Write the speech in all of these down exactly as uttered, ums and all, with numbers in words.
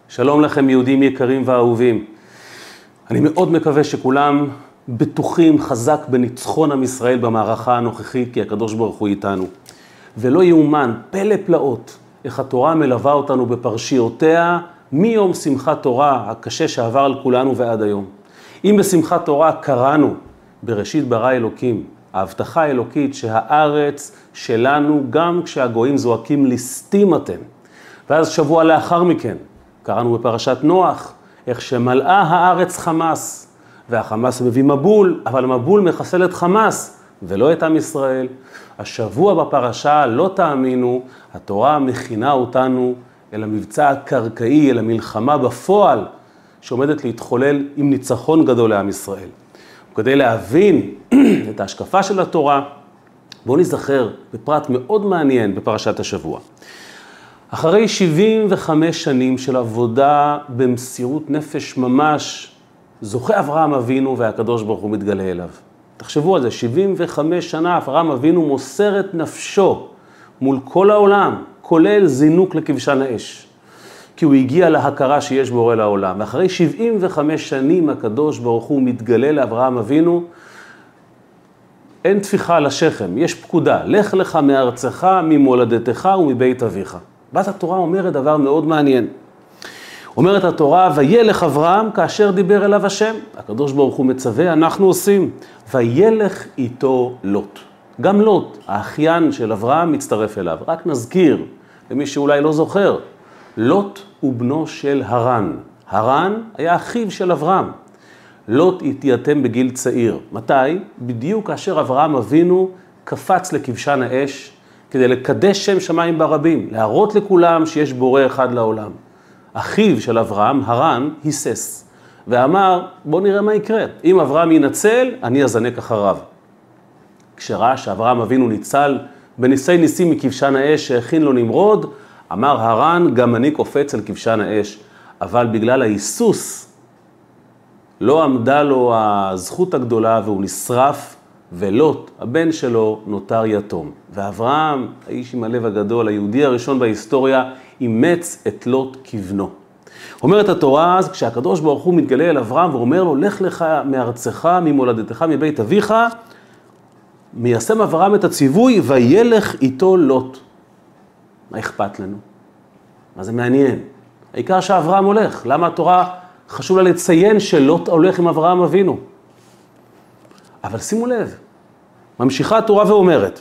שלום לכם יהודים יקרים ואהובים. אני מאוד מקווה שכולם בטוחים חזק בניצחון עם ישראל במערכה הנוכחית, כי הקדוש ברוך הוא איתנו. ולא יאומן, פלא פלאות, איך התורה מלווה אותנו בפרשיותיה מיום שמחת תורה הקשה שעבר על כולנו ועד היום. אם בשמחת תורה קראנו בראשית ברא אלוקים, ההבטחה האלוקית שהארץ שלנו גם כשהגויים זועקים ליסטים אתם. ואז שבוע לאחר מכן קראנו בפרשת נוח, איך שמלאה הארץ חמאס, והחמאס מביא מבול, אבל מבול מחסל את חמאס, ולא את עם ישראל. השבוע בפרשה, לא תאמינו, התורה מכינה אותנו אל המבצע הקרקעי, אל המלחמה בפועל, שעומדת להתחולל עם ניצחון גדול לעם ישראל. וכדי להבין את ההשקפה של התורה, בואו נזכר בפרט מאוד מעניין בפרשת השבוע. אחרי שבעים וחמש שנים של עבודה במסירות נפש ממש, זוכה אברהם אבינו והקדוש ברוך הוא מתגלה אליו. תחשבו על זה, שבעים וחמש שנה אברהם אבינו מוסר את נפשו מול כל העולם, כולל זינוק לכבשן האש. כי הוא הגיע להכרה שיש בורא לעולם. ואחרי שבעים וחמש שנים הקדוש ברוך הוא מתגלה לאברהם אבינו, אין תפיחה על השכם, יש פקודה, לך לך מארצך, ממולדתך ומבית אביך. בת התורה אומרת דבר מאוד מעניין. אומרת התורה, וילך אברהם כאשר דיבר אליו השם. הקדוש ברוך הוא מצווה, אנחנו עושים. וילך איתו לוט. גם לוט, האחיין של אברהם, מצטרף אליו. רק נזכיר, למי שאולי לא זוכר, לוט הוא בנו של הרן. הרן היה אחיו של אברהם. לוט התייתם בגיל צעיר. מתי? בדיוק כאשר אברהם אבינו קפץ לכבשן האש, כדי לקדש שם שמיים ברבים, להראות לכולם שיש בורא אחד לעולם. אחיו של אברהם, הרן, היסס, ואמר, בוא נראה מה יקרה. אם אברהם ינצל, אני אזנק אחריו. כשראה שאברהם אבינו ניצל בניסי ניסים מכבשן האש שהכין לו נמרוד, אמר הרן, גם אני קופץ על כבשן האש. אבל בגלל ההיסוס, לא עמדה לו הזכות הגדולה והוא נשרף, ולוט, הבן שלו, נותר יתום. ואברהם, האיש עם הלב הגדול, היהודי הראשון בהיסטוריה, אימץ את לוט כבנו. אומרת התורה אז, כשהקדוש ברוך הוא מתגלה אל אברהם ואומר לו, לך לך מארצך, ממולדתך, מבית אביך, מיישם אברהם את הציווי, וילך איתו לוט. מה אכפת לנו? מה זה מעניין? העיקר שאברהם הולך. למה התורה חשוב לה לציין שלוט הולך עם אברהם אבינו? אבל שימו לב, ממשיכה התורה ואומרת,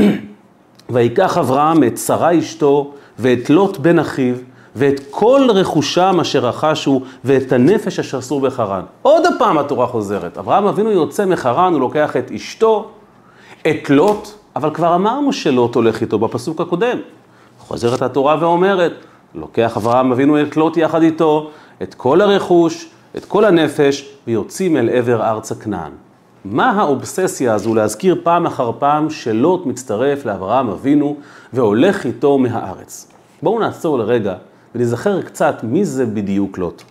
ויקח אברהם את שרה אשתו ואת לוט בן אחיו ואת כל רכושם אשר רכשו ואת הנפש אשר אסור בחרן. עוד הפעם התורה חוזרת, אברהם אבינו יוצא מחרן, הוא לוקח את אשתו, את לוט, אבל כבר אמרנו שלוט הולך איתו בפסוק הקודם. חוזרת התורה ואומרת, לוקח אברהם אבינו את לוט יחד איתו, את כל הרכוש, את כל הנפש, ויוצאים אל עבר ארץ כנען. מה האובססיה הזו להזכיר פעם אחר פעם שלוט מצטרף לאברהם אבינו והולך איתו מהארץ? בואו נעצור לרגע ונזכר קצת מי זה בדיוק לוט.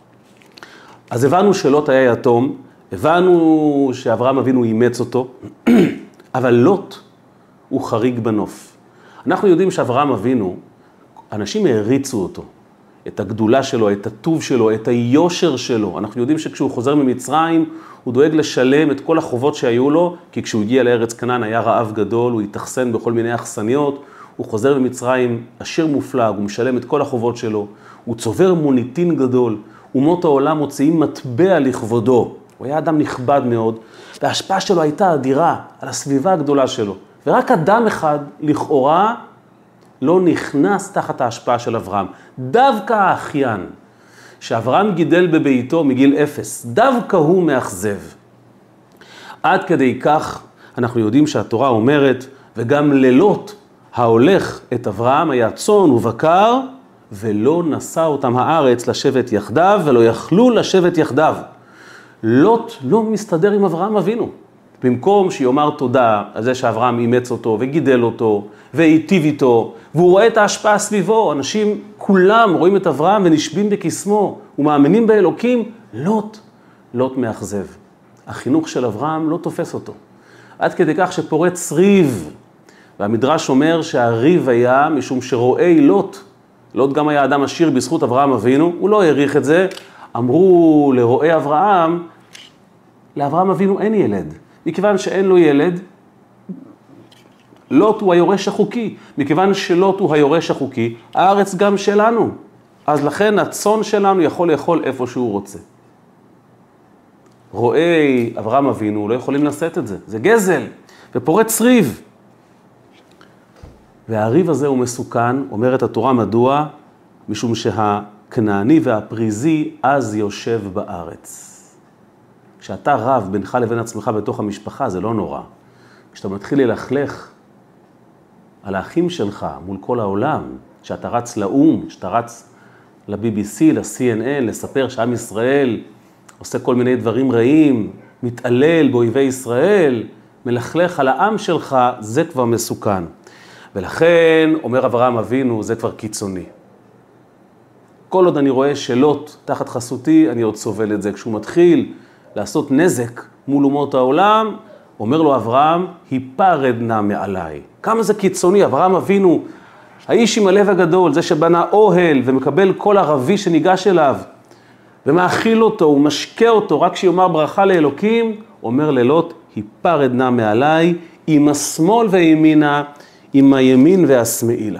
אז הבנו שלוט היה יתום, הבנו שאברהם אבינו אימץ אותו, אבל לוט הוא חריג בנוף. אנחנו יודעים שאברהם אבינו, אנשים העריצו אותו, את הגדולה שלו, את הטוב שלו, את היושר שלו. אנחנו יודעים שכשהוא חוזר ממצרים, הוא דואג לשלם את כל החובות שהיו לו, כי כשהוא הגיע לארץ כנען היה רעב גדול, הוא התאכסן בכל מיני אכסניות, הוא חוזר ממצרים עשיר מופלג, הוא משלם את כל החובות שלו, הוא צובר מוניטין גדול, אומות העולם מוציאים מטבע לכבודו. הוא היה אדם נכבד מאוד, וההשפעה שלו הייתה אדירה על הסביבה הגדולה שלו. ורק אדם אחד לכאורה לא נכנס תחת ההשפעה של אברהם. דווקא האחיין שאברהם גידל בביתו מגיל אפס, דווקא הוא מאכזב. עד כדי כך אנחנו יודעים שהתורה אומרת, וגם ללוט ההולך את אברהם היה צאן ובקר, ולא נשא אותם הארץ לשבת יחדיו, ולא יכלו לשבת יחדיו. לוט לא מסתדר עם אברהם אבינו. במקום שיאמר תודה על זה שאברהם אימץ אותו וגידל אותו והיטיב איתו, והוא רואה את ההשפעה סביבו, אנשים כולם רואים את אברהם ונשבים בקסמו ומאמינים באלוקים, לוט, לוט מאכזב. החינוך של אברהם לא תופס אותו. עד כדי כך שפורץ ריב, והמדרש אומר שהריב היה משום שרואי לוט לוט גם היה אדם עשיר בזכות אברהם אבינו, הוא לא העריך את זה. אמרו לרועי אברהם, לאברהם אבינו אין ילד. מכיוון שאין לו ילד, לוט הוא היורש החוקי. מכיוון שלוט הוא היורש החוקי, הארץ גם שלנו. אז לכן הצאן שלנו יכול לאכול איפה שהוא רוצה. רועי אברהם אבינו לא יכולים לשאת את זה. זה גזל ופורץ ריב. והריב הזה הוא מסוכן, אומרת התורה מדוע, משום שהכנעני והפריזי אז יושב בארץ. כשאתה רב בינך לבין עצמך בתוך המשפחה זה לא נורא. כשאתה מתחיל ללכלך על האחים שלך מול כל העולם, כשאתה רץ לאום, כשאתה רץ ל-בי בי סי, ל-סי אן אן, לספר שעם ישראל עושה כל מיני דברים רעים, מתעלל באויבי ישראל, מלכלך על העם שלך, זה כבר מסוכן. ולכן, אומר אברהם אבינו, זה כבר קיצוני. כל עוד אני רואה שלוט תחת חסותי, אני עוד סובל את זה. כשהוא מתחיל לעשות נזק מול אומות העולם, אומר לו אברהם, היפרד נא מעליי. כמה זה קיצוני, אברהם אבינו, האיש עם הלב הגדול, זה שבנה אוהל ומקבל כל ערבי שניגש אליו, ומאכיל אותו, הוא משקה אותו, רק שיאמר ברכה לאלוקים, אומר ללוט, היפרד נא מעליי, עם השמאל וימינה, עם הימין והשמאילה.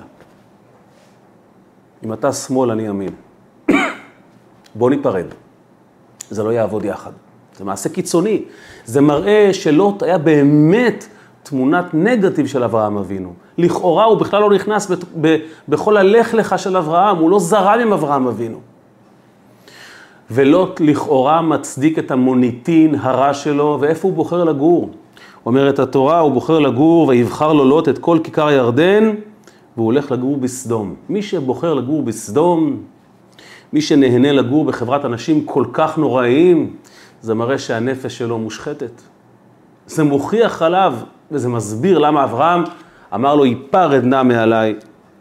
אם אתה שמאל, אני ימין. בוא ניפרד. זה לא יעבוד יחד. זה מעשה קיצוני. זה מראה שלוט היה באמת תמונת נגטיב של אברהם אבינו. לכאורה הוא בכלל לא נכנס ב- ב- בכל הלך לך של אברהם, הוא לא זרם עם אברהם אבינו. ולוט לכאורה מצדיק את המוניטין הרע שלו, ואיפה הוא בוחר לגור? אומרת התורה, הוא בוחר לגור ויבחר לו לוט את כל כיכר ירדן, והוא הולך לגור בסדום. מי שבוחר לגור בסדום, מי שנהנה לגור בחברת אנשים כל כך נוראיים, זה מראה שהנפש שלו מושחתת. זה מוכיח עליו, וזה מסביר למה אברהם אמר לו, היפרד נא מעליי.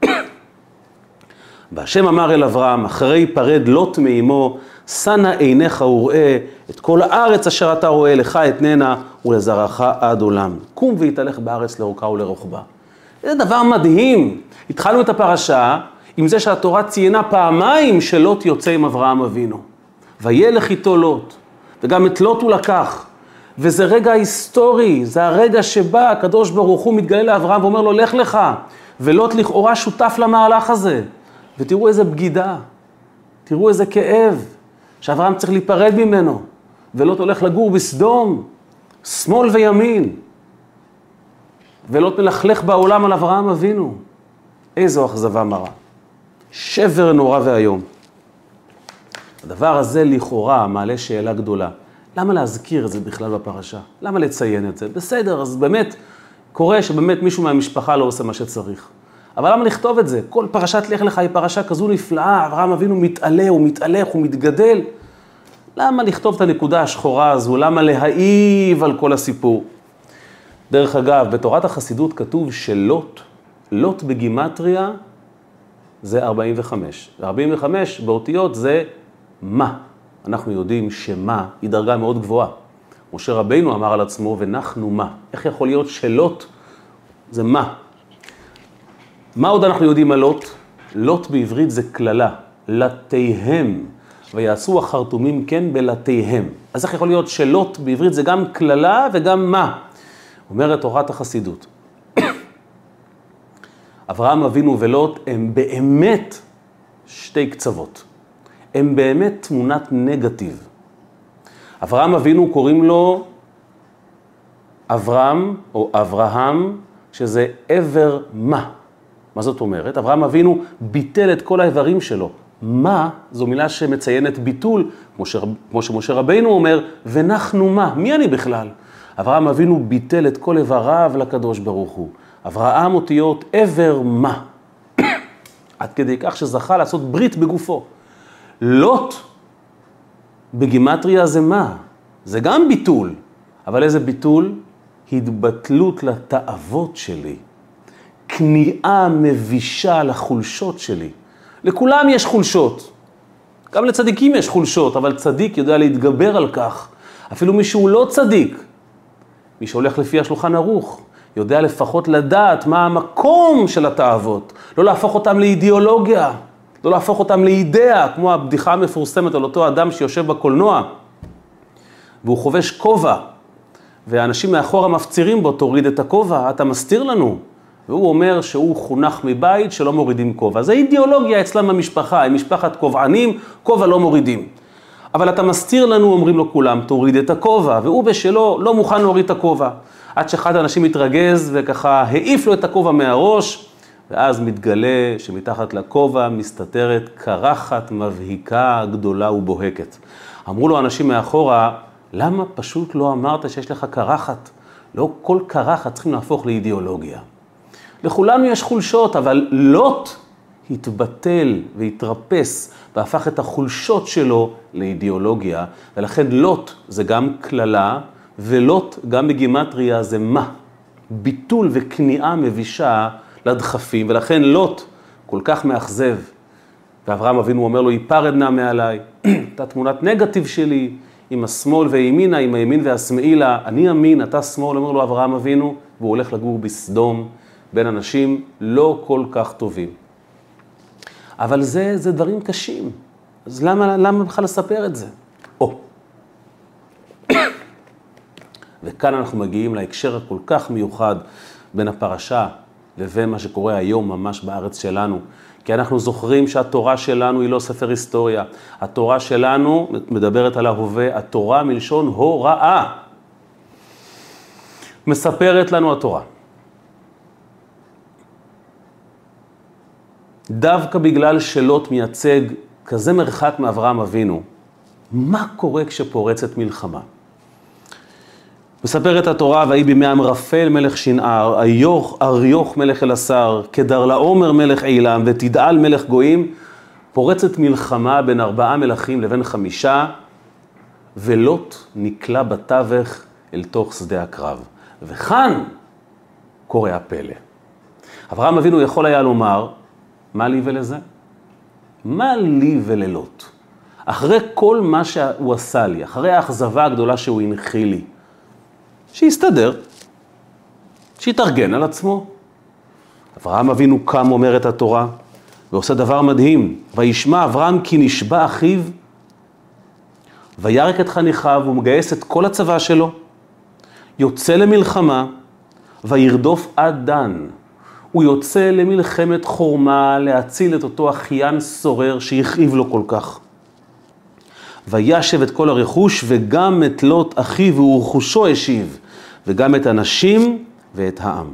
והשם אמר אל אברהם, אחרי פרד לוט מאמו, שנה עיניך וראה את כל הארץ אשר אתה רואה לך אתננה ולזרעך עד עולם. קום והתהלך בארץ לאורכה ולרוחבה. זה דבר מדהים. התחלנו את הפרשה עם זה שהתורה ציינה פעמיים שלוט יוצא עם אברהם אבינו. וילך איתו לוט, וגם את לוט הוא לקח. וזה רגע היסטורי, זה הרגע שבה הקדוש ברוך הוא מתגלה לאברהם ואומר לו לך לך. ולוט לכאורה שותף למהלך הזה. ותראו איזה בגידה, תראו איזה כאב, שאברהם צריך להיפרד ממנו, ולוט הולך לגור בסדום, שמאל וימין, ולוט מלכלך בעולם על אברהם אבינו. איזו אכזבה מרה, שבר נורא והיום. הדבר הזה לכאורה מעלה שאלה גדולה, למה להזכיר את זה בכלל בפרשה? למה לציין את זה? בסדר, אז באמת קורה שבאמת מישהו מהמשפחה לא עושה מה שצריך. אבל למה לכתוב את זה? כל פרשת לך לך היא פרשה כזו נפלאה, אברהם אבינו מתעלה, הוא מתהלך, הוא מתגדל. למה לכתוב את הנקודה השחורה הזו? למה להעיב על כל הסיפור? דרך אגב, בתורת החסידות כתוב שלוט, לוט בגימטריה זה ארבעים וחמש. ו-ארבעים וחמש באותיות זה מה. אנחנו יודעים שמה היא דרגה מאוד גבוהה. משה רבינו אמר על עצמו, ונחנו מה. איך יכול להיות שלוט זה מה? מה עוד אנחנו יודעים על לוט? לוט בעברית זה כללה, לתיהם, ויעשו החרטומים כן בלתיהם. אז איך יכול להיות שלוט בעברית זה גם כללה וגם מה? אומרת תורת החסידות. אברהם אבינו ולוט הם באמת שתי קצוות. הם באמת תמונת נגטיב. אברהם אבינו קוראים לו אברהם או אברהם, שזה עבר מה. מה זאת אומרת? אברהם אבינו ביטל את כל האיברים שלו. מה? זו מילה שמציינת ביטול, כמו, ש... כמו שמשה רבינו אומר, ונחנו מה? מי אני בכלל? אברהם אבינו ביטל את כל איבריו לקדוש ברוך הוא. אברהם אותיות עבר מה? עד כדי כך שזכה לעשות ברית בגופו. לוט בגימטריה זה מה? זה גם ביטול. אבל איזה ביטול? התבטלות לתאוות שלי. כניעה מבישה לחולשות שלי. לכולם יש חולשות. גם לצדיקים יש חולשות, אבל צדיק יודע להתגבר על כך. אפילו מי שהוא לא צדיק, מי שהולך לפי השולחן ערוך, יודע לפחות לדעת מה המקום של התאוות. לא להפוך אותם לאידיאולוגיה. לא להפוך אותם לידיעה, כמו הבדיחה המפורסמת על אותו אדם שיושב בקולנוע, והוא חובש כובע, והאנשים מאחורה מפצירים בו, תוריד את הכובע, אתה מסתיר לנו. והוא אומר שהוא חונך מבית שלא מורידים כובע. זה אידיאולוגיה אצלם במשפחה, הם משפחת כובענים, כובע לא מורידים. אבל אתה מסתיר לנו, אומרים לו כולם, תוריד את הכובע, והוא בשלו לא מוכן להוריד את הכובע. עד שאחד האנשים מתרגז וככה העיף לו את הכובע מהראש, ואז מתגלה שמתחת לכובע מסתתרת קרחת מבהיקה גדולה ובוהקת. אמרו לו אנשים מאחורה, למה פשוט לא אמרת שיש לך קרחת? לא כל קרחת צריכים להפוך לאידיאולוגיה. לכולנו יש חולשות, אבל לוט התבטל והתרפס והפך את החולשות שלו לאידיאולוגיה, ולכן לוט זה גם כללה, ולוט גם בגימטריה זה מה? ביטול וכניעה מבישה לדחפים, ולכן לוט כל כך מאכזב. ואברהם אבינו אומר לו, ייפרד נא מעליי, אתה תמונת נגטיב שלי, עם השמאל וימינה, עם הימין והשמאלה, אני ימין, אתה שמאל, אומר לו אברהם אבינו, והוא הולך לגור בסדום, בין אנשים לא כל כך טובים. אבל זה, זה דברים קשים. אז למה, למה בכלל לספר את זה? או. וכאן אנחנו מגיעים להקשר הכל כך מיוחד בין הפרשה לבין מה שקורה היום ממש בארץ שלנו. כי אנחנו זוכרים שהתורה שלנו היא לא ספר היסטוריה. התורה שלנו מדברת על ההווה, התורה מלשון הוראה. מספרת לנו התורה. דווקא בגלל שלוט מייצג כזה מרחק מאברהם אבינו, מה קורה כשפורצת מלחמה? מספרת התורה, והיא בימי אמרפל מלך שנער, איוך אריוך מלך אלעשר, כדרלעומר מלך עילם, ותדעל מלך גויים, פורצת מלחמה בין ארבעה מלכים לבין חמישה, ולוט נקלע בתווך אל תוך שדה הקרב. וכאן קורה הפלא. אברהם אבינו יכול היה לומר, מה לי ולזה? מה לי וללוט? אחרי כל מה שהוא עשה לי, אחרי האכזבה הגדולה שהוא הנחיל לי, שיסתדר, שיתארגן על עצמו. אברהם אבינו קם, אומרת התורה, ועושה דבר מדהים. וישמע אברהם כי נשבע אחיו, וירק את חניכיו, הוא מגייס את כל הצבא שלו, יוצא למלחמה, וירדוף עד דן. הוא יוצא למלחמת חורמה, להציל את אותו אחיין סורר שהכאיב לו כל כך. וישב את כל הרכוש, וגם את לוט אחיו ורכושו השיב, וגם את הנשים ואת העם.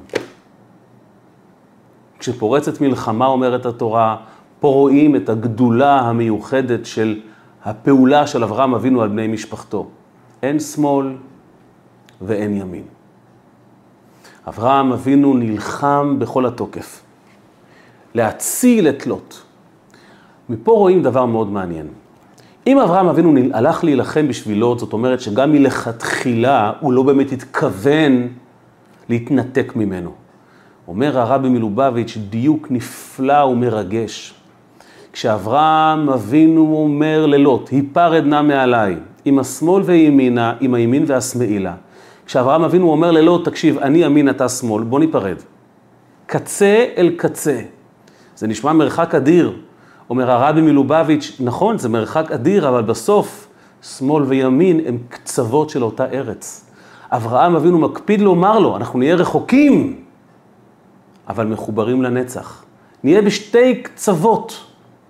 כשפורצת מלחמה, אומרת התורה, פה רואים את הגדולה המיוחדת של הפעולה של אברהם אבינו על בני משפחתו. אין שמאל ואין ימין. אברהם אבינו נלחם בכל התוקף, להציל את לוט. מפה רואים דבר מאוד מעניין. אם אברהם אבינו הלך להילחם בשביל לוט, זאת אומרת שגם מלכתחילה הוא לא באמת התכוון להתנתק ממנו. אומר הרבי מלובביץ' דיוק נפלא ומרגש. כשאברהם אבינו אומר ללוט, היפרד נא מעליי, עם השמאל וימינה, עם הימין והשמאלה. כשאברהם אבינו אומר ללוט, תקשיב, אני ימין, אתה שמאל, בוא ניפרד. קצה אל קצה. זה נשמע מרחק אדיר. אומר הרבי מלובביץ', נכון, זה מרחק אדיר, אבל בסוף שמאל וימין הם קצוות של אותה ארץ. אברהם אבינו מקפיד לומר לו, אנחנו נהיה רחוקים, אבל מחוברים לנצח. נהיה בשתי קצוות.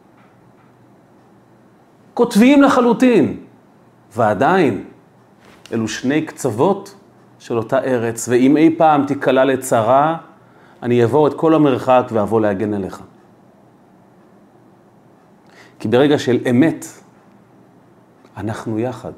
כותביים לחלוטין. ועדיין, אלו שני קצוות של אותה ארץ, ואם אי פעם תיקלה לצרה, אני אעבור את כל המרחק ואבוא להגן עליך. כי ברגע של אמת, אנחנו יחד.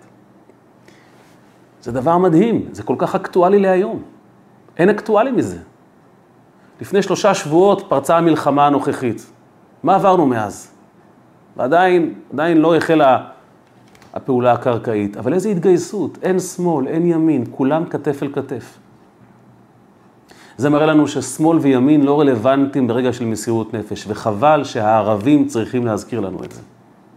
זה דבר מדהים, זה כל כך אקטואלי להיום. אין אקטואלי מזה. לפני שלושה שבועות פרצה המלחמה הנוכחית. מה עברנו מאז? ועדיין, עדיין לא החלה הפעולה הקרקעית, אבל איזו התגייסות, אין שמאל, אין ימין, כולם כתף אל כתף. זה מראה לנו ששמאל וימין לא רלוונטיים ברגע של מסירות נפש, וחבל שהערבים צריכים להזכיר לנו את זה.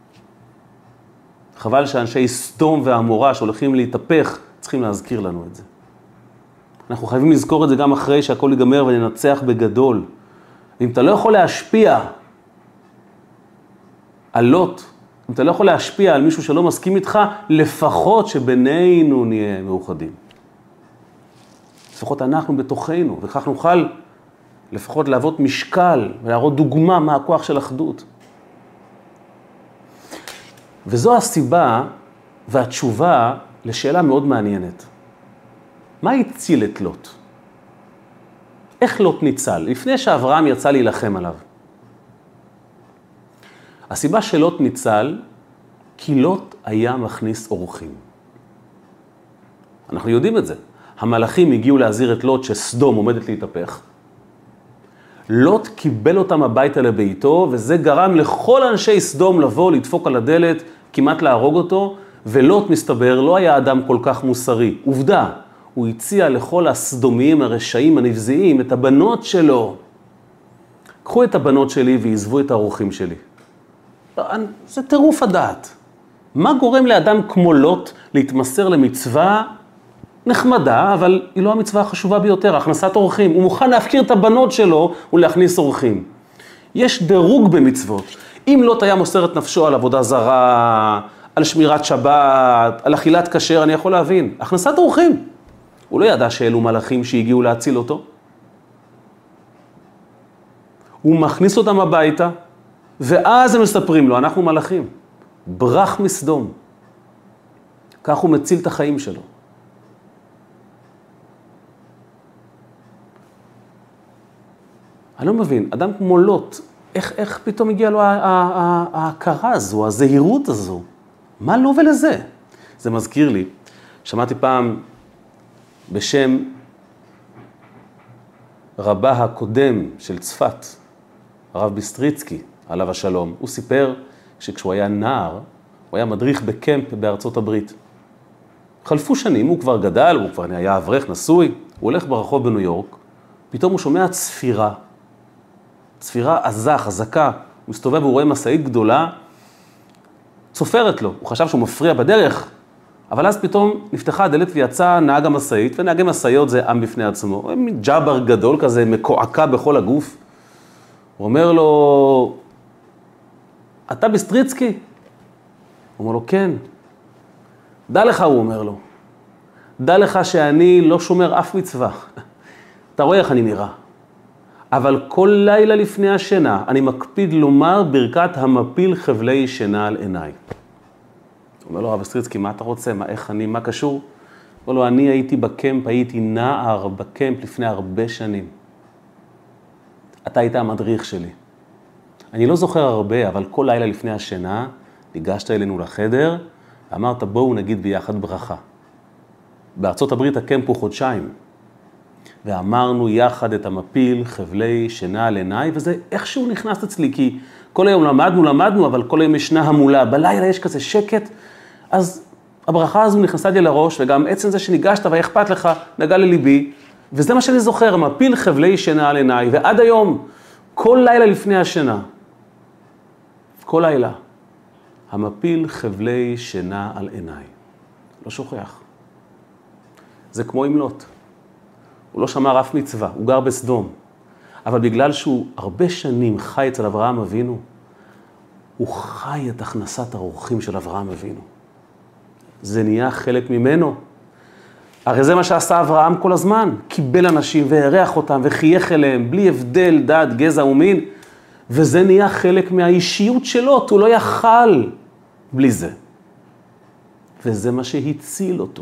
חבל שאנשי סדום והעמורה שהולכים להתהפך, צריכים להזכיר לנו את זה. אנחנו חייבים לזכור את זה גם אחרי שהכל ייגמר וננצח בגדול. אם אתה לא יכול להשפיע על לוט, אם אתה לא יכול להשפיע על מישהו שלא מסכים איתך, לפחות שבינינו נהיה מאוחדים. לפחות אנחנו בתוכנו, וכך נוכל לפחות להוות משקל ולהראות דוגמה מה הכוח של אחדות. וזו הסיבה והתשובה לשאלה מאוד מעניינת. מה הציל את לוט? איך לוט ניצל? לפני שאברהם יצא להילחם עליו. הסיבה שלוט ניצל, כי לוט היה מכניס אורחים. אנחנו יודעים את זה. המלאכים הגיעו להזהיר את לוט שסדום עומדת להתהפך. לוט קיבל אותם הביתה לביתו, וזה גרם לכל אנשי סדום לבוא, לדפוק על הדלת, כמעט להרוג אותו, ולוט מסתבר לא היה אדם כל כך מוסרי. עובדה, הוא הציע לכל הסדומיים הרשעים הנבזיים את הבנות שלו. קחו את הבנות שלי ועזבו את האורחים שלי. זה טירוף הדעת. מה גורם לאדם כמו לוט להתמסר למצווה נחמדה, אבל היא לא המצווה החשובה ביותר, הכנסת אורחים. הוא מוכן להפקיר את הבנות שלו ולהכניס אורחים. יש דירוג במצוות. אם לוט היה מוסר את נפשו על עבודה זרה, על שמירת שבת, על אכילת כשר, אני יכול להבין. הכנסת אורחים. הוא לא ידע שאלו מלאכים שהגיעו להציל אותו. הוא מכניס אותם הביתה, ואז הם מספרים לו, אנחנו מלאכים. ברח מסדום. כך הוא מציל את החיים שלו. אני לא מבין, אדם כמו לוט, איך, איך פתאום הגיע לו ההכרה הזו, הזהירות הזו? מה לו ולזה? זה מזכיר לי, שמעתי פעם בשם רבה הקודם של צפת, הרב ביסטריצקי, עליו השלום. הוא סיפר שכשהוא היה נער, הוא היה מדריך בקמפ בארצות הברית. חלפו שנים, הוא כבר גדל, הוא כבר היה אברך נשוי, הוא הולך ברחוב בניו יורק, פתאום הוא שומע צפירה, צפירה עזה, חזקה, הוא מסתובב והוא רואה מסעית גדולה, צופרת לו, הוא חשב שהוא מפריע בדרך, אבל אז פתאום נפתחה הדלת ויצא נהג המסעית, ונהגי מסעיות זה עם בפני עצמו, הם ג'אבר גדול כזה, מקועקע בכל הגוף. הוא אומר לו, אתה ביסטריצקי? הוא אומר לו, כן. דע לך, הוא אומר לו, דע לך שאני לא שומר אף מצווה. אתה רואה איך אני נראה. אבל כל לילה לפני השינה, אני מקפיד לומר ברכת המפיל חבלי שינה על עיניי. הוא אומר לו, הרב ביסטריצקי, מה אתה רוצה? מה, איך אני, מה קשור? הוא אומר לו, אני הייתי בקמפ, הייתי נער בקמפ לפני הרבה שנים. אתה היית המדריך שלי. אני לא זוכר הרבה, אבל כל לילה לפני השינה, ניגשת אלינו לחדר, ואמרת, בואו נגיד ביחד ברכה. בארצות הברית הקמפ הוא חודשיים. ואמרנו יחד את המפיל, חבלי, שינה על עיניי, וזה איכשהו נכנס אצלי, כי כל היום למדנו, למדנו, אבל כל היום ישנה המולה. בלילה יש כזה שקט, אז הברכה הזו נכנסה לי לראש, וגם עצם זה שניגשת ואכפת לך, נגע לליבי, וזה מה שאני זוכר, המפיל, חבלי, שינה על עיניי, ועד היום, כל לילה לפני השינה, כל לילה, המפיל, חבלי, שינה על עיניי. לא שוכח. זה כמו עם לוט. הוא לא שמר אף מצווה, הוא גר בסדום. אבל בגלל שהוא הרבה שנים חי אצל אברהם אבינו, הוא חי את הכנסת האורחים של אברהם אבינו. זה נהיה חלק ממנו. הרי זה מה שעשה אברהם כל הזמן. קיבל אנשים והריח אותם וחייך אליהם, בלי הבדל דת, גזע ומין. וזה נהיה חלק מהאישיות שלו, הוא לא יכל בלי זה. וזה מה שהציל אותו.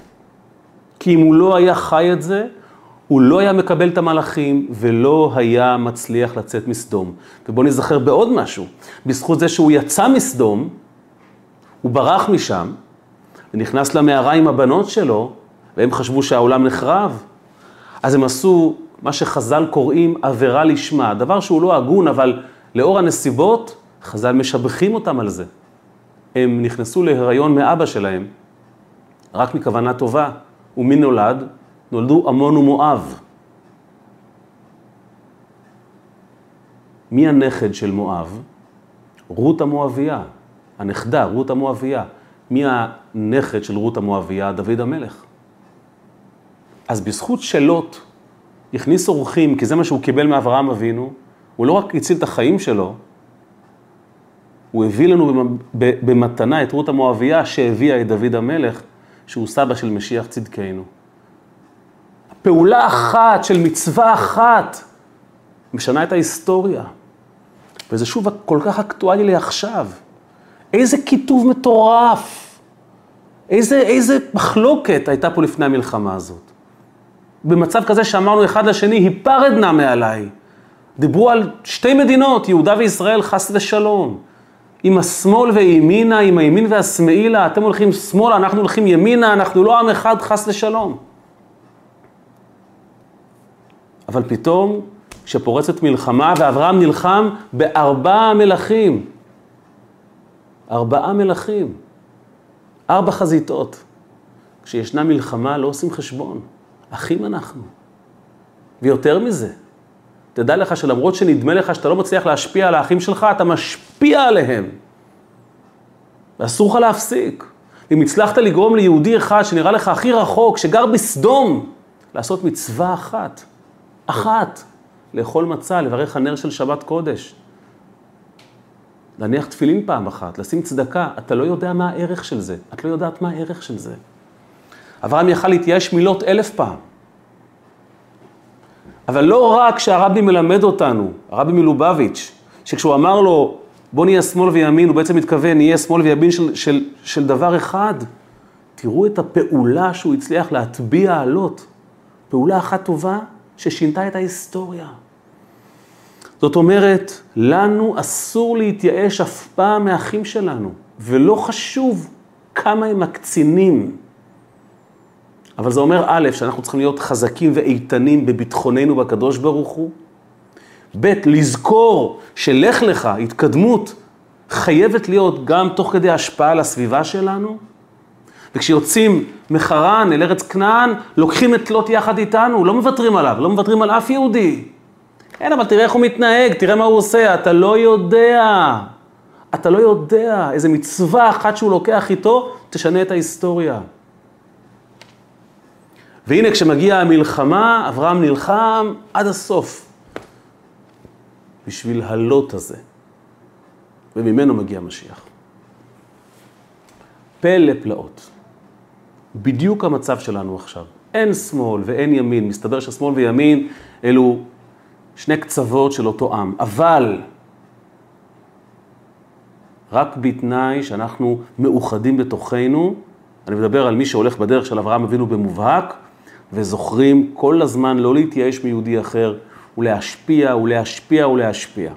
כי אם הוא לא היה חי את זה, הוא לא היה מקבל את המלאכים, ולא היה מצליח לצאת מסדום. ובואו נזכר בעוד משהו. בזכות זה שהוא יצא מסדום, הוא ברח משם, ונכנס למערה עם הבנות שלו, והם חשבו שהעולם נחרב. אז הם עשו מה שחז"ל קוראים עבירה לשמה, דבר שהוא לא הגון, אבל לאור הנסיבות, חז"ל משבחים אותם על זה. הם נכנסו להיריון מאבא שלהם, רק מכוונה טובה. ומי נולד? נולדו עמון ומואב. מי הנכד של מואב? רות המואביה, הנכדה, רות המואביה. מי הנכד של רות המואביה? דוד המלך. אז בזכות שלוט הכניס אורחים, כי זה מה שהוא קיבל מאברהם אבינו, הוא לא רק הציל את החיים שלו, הוא הביא לנו במתנה את רות המואביה שהביאה את דוד המלך, שהוא סבא של משיח צדקנו. פעולה אחת של מצווה אחת משנה את ההיסטוריה. וזה שוב כל כך אקטואלי לי עכשיו. איזה כיתוב מטורף, איזה, איזה מחלוקת הייתה פה לפני המלחמה הזאת. במצב כזה שאמרנו אחד לשני, היפרד נא מעליי. דיברו על שתי מדינות, יהודה וישראל, חס ושלום. עם השמאל וימינה, עם הימין והשמאלה, אתם הולכים שמאלה, אנחנו הולכים ימינה, אנחנו לא עם אחד, חס ושלום. אבל פתאום, כשפורצת מלחמה, ואברהם נלחם בארבעה מלכים. ארבעה מלכים. ארבע חזיתות. כשישנה מלחמה לא עושים חשבון. אחים אנחנו. ויותר מזה, תדע לך שלמרות שנדמה לך שאתה לא מצליח להשפיע על האחים שלך, אתה משפיע עליהם. ואסור לך להפסיק. אם הצלחת לגרום ליהודי אחד שנראה לך הכי רחוק, שגר בסדום, לעשות מצווה אחת. אחת. לאכול מצה, לברך הנר של שבת קודש. להניח תפילין פעם אחת, לשים צדקה. אתה לא יודע מה הערך של זה. את לא יודעת מה הערך של זה. אברהם יכל להתייאש מילות אלף פעם. אבל לא רק שהרבי מלמד אותנו, הרבי מלובביץ', שכשהוא אמר לו, בוא נהיה שמאל וימין, הוא בעצם מתכוון, נהיה שמאל וימין של, של, של דבר אחד. תראו את הפעולה שהוא הצליח להטביע עלות. פעולה אחת טובה ששינתה את ההיסטוריה. זאת אומרת, לנו אסור להתייאש אף פעם מהאחים שלנו, ולא חשוב כמה הם מקצינים. אבל זה אומר א', שאנחנו צריכים להיות חזקים ואיתנים בביטחוננו בקדוש ברוך הוא. ב', לזכור שלך לך, התקדמות, חייבת להיות גם תוך כדי השפעה על הסביבה שלנו. וכשיוצאים מחרן אל ארץ כנען, לוקחים את לוט יחד איתנו, לא מוותרים עליו, לא מוותרים על אף יהודי. אין, אבל תראה איך הוא מתנהג, תראה מה הוא עושה, אתה לא יודע. אתה לא יודע, איזה מצווה אחת שהוא לוקח איתו, תשנה את ההיסטוריה. והנה כשמגיעה המלחמה, אברהם נלחם עד הסוף. בשביל הלוט הזה. וממנו מגיע משיח. פלא פלאות. בדיוק המצב שלנו עכשיו. אין שמאל ואין ימין. מסתבר ששמאל וימין אלו שני קצוות של אותו עם. אבל רק בתנאי שאנחנו מאוחדים בתוכנו, אני מדבר על מי שהולך בדרך של אברהם אבינו במובהק, וזוכרים כל הזמן לא להתייאש מיהודי אחר, ולהשפיע, ולהשפיע, ולהשפיע.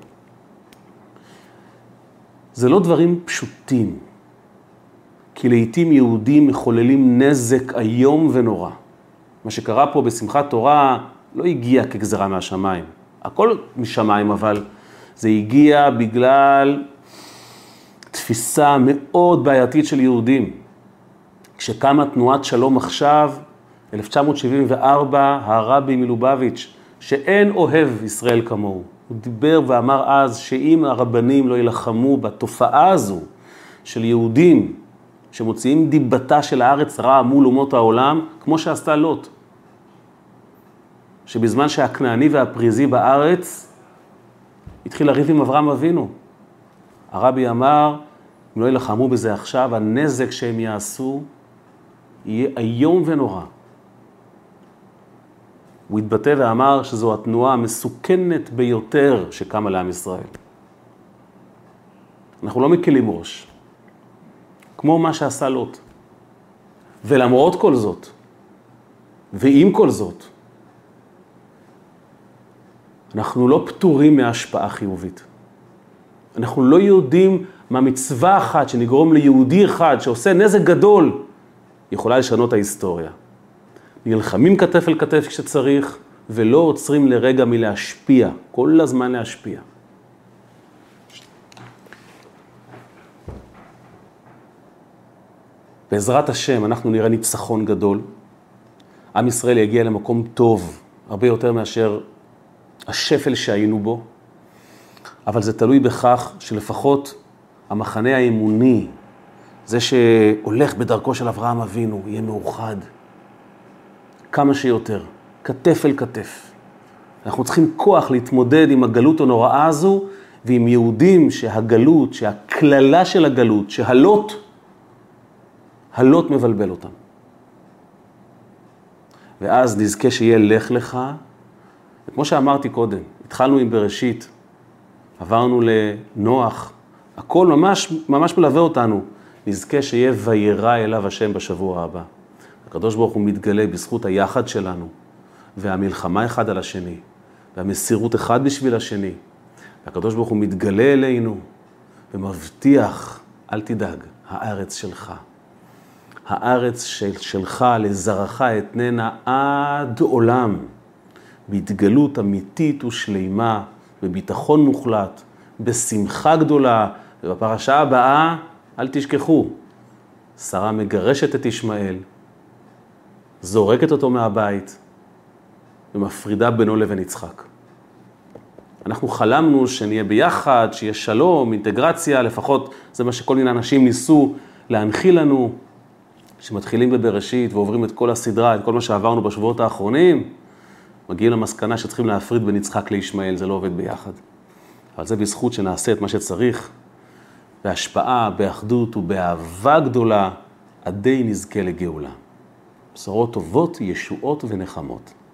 זה לא דברים פשוטים, כי לעתים יהודים מחוללים נזק איום ונורא. מה שקרה פה בשמחת תורה לא הגיע כגזרה מהשמיים. הכל משמיים, אבל זה הגיע בגלל תפיסה מאוד בעייתית של יהודים. כשקמה תנועת שלום עכשיו, אלף תשע מאות שבעים וארבע, הרבי מלובביץ', שאין אוהב ישראל כמוהו. הוא דיבר ואמר אז שאם הרבנים לא ילחמו בתופעה הזו של יהודים שמוציאים דיבתה של הארץ רע מול אומות העולם, כמו שעשתה לוט. שבזמן שהכנעני והפריזי בארץ התחיל לריב עם אברהם אבינו. הרבי אמר, אם לא ילחמו בזה עכשיו, הנזק שהם יעשו יהיה איום ונורא. הוא התבטא ואמר שזו התנועה המסוכנת ביותר שקמה לעם ישראל. אנחנו לא מקלים ראש, כמו מה שעשה לוט. ולמרות כל זאת, ועם כל זאת, אנחנו לא פטורים מהשפעה חיובית. אנחנו לא יודעים מה מצווה אחת שנגרום ליהודי אחד שעושה נזק גדול, יכולה לשנות ההיסטוריה. נלחמים כתף אל כתף כשצריך, ולא עוצרים לרגע מלהשפיע, כל הזמן להשפיע. בעזרת השם אנחנו נראה ניצחון גדול. עם ישראל יגיע למקום טוב, הרבה יותר מאשר השפל שהיינו בו, אבל זה תלוי בכך שלפחות המחנה האמוני, זה שהולך בדרכו של אברהם אבינו, יהיה מאוחד. כמה שיותר, כתף אל כתף. אנחנו צריכים כוח להתמודד עם הגלות הנוראה הזו, ועם יהודים שהגלות, שהכללה של הגלות, שהלוט, הלוט מבלבל אותם. ואז נזכה שיהיה לך לך, וכמו שאמרתי קודם, התחלנו עם בראשית, עברנו לנוח, הכל ממש, ממש מלווה אותנו, נזכה שיהיה וירא אליו השם בשבוע הבא. הקדוש ברוך הוא מתגלה בזכות היחד שלנו, והמלחמה אחד על השני, והמסירות אחד בשביל השני. הקדוש ברוך הוא מתגלה אלינו, ומבטיח, אל תדאג, הארץ שלך. הארץ של, שלך לזרעך אתננה עד עולם, בהתגלות אמיתית ושלימה, בביטחון מוחלט, בשמחה גדולה, ובפרשה הבאה, אל תשכחו, שרה מגרשת את ישמעאל, זורקת אותו מהבית, ומפרידה בינו לבין יצחק. אנחנו חלמנו שנהיה ביחד, שיהיה שלום, אינטגרציה, לפחות זה מה שכל מיני אנשים ניסו להנחיל לנו, שמתחילים בבראשית ועוברים את כל הסדרה, את כל מה שעברנו בשבועות האחרונים, מגיעים למסקנה שצריכים להפריד בין יצחק לישמעאל, זה לא עובד ביחד. אבל זה בזכות שנעשה את מה שצריך, בהשפעה, באחדות ובאהבה גדולה, עדי נזכה לגאולה. בשורות טובות, ישועות ונחמות.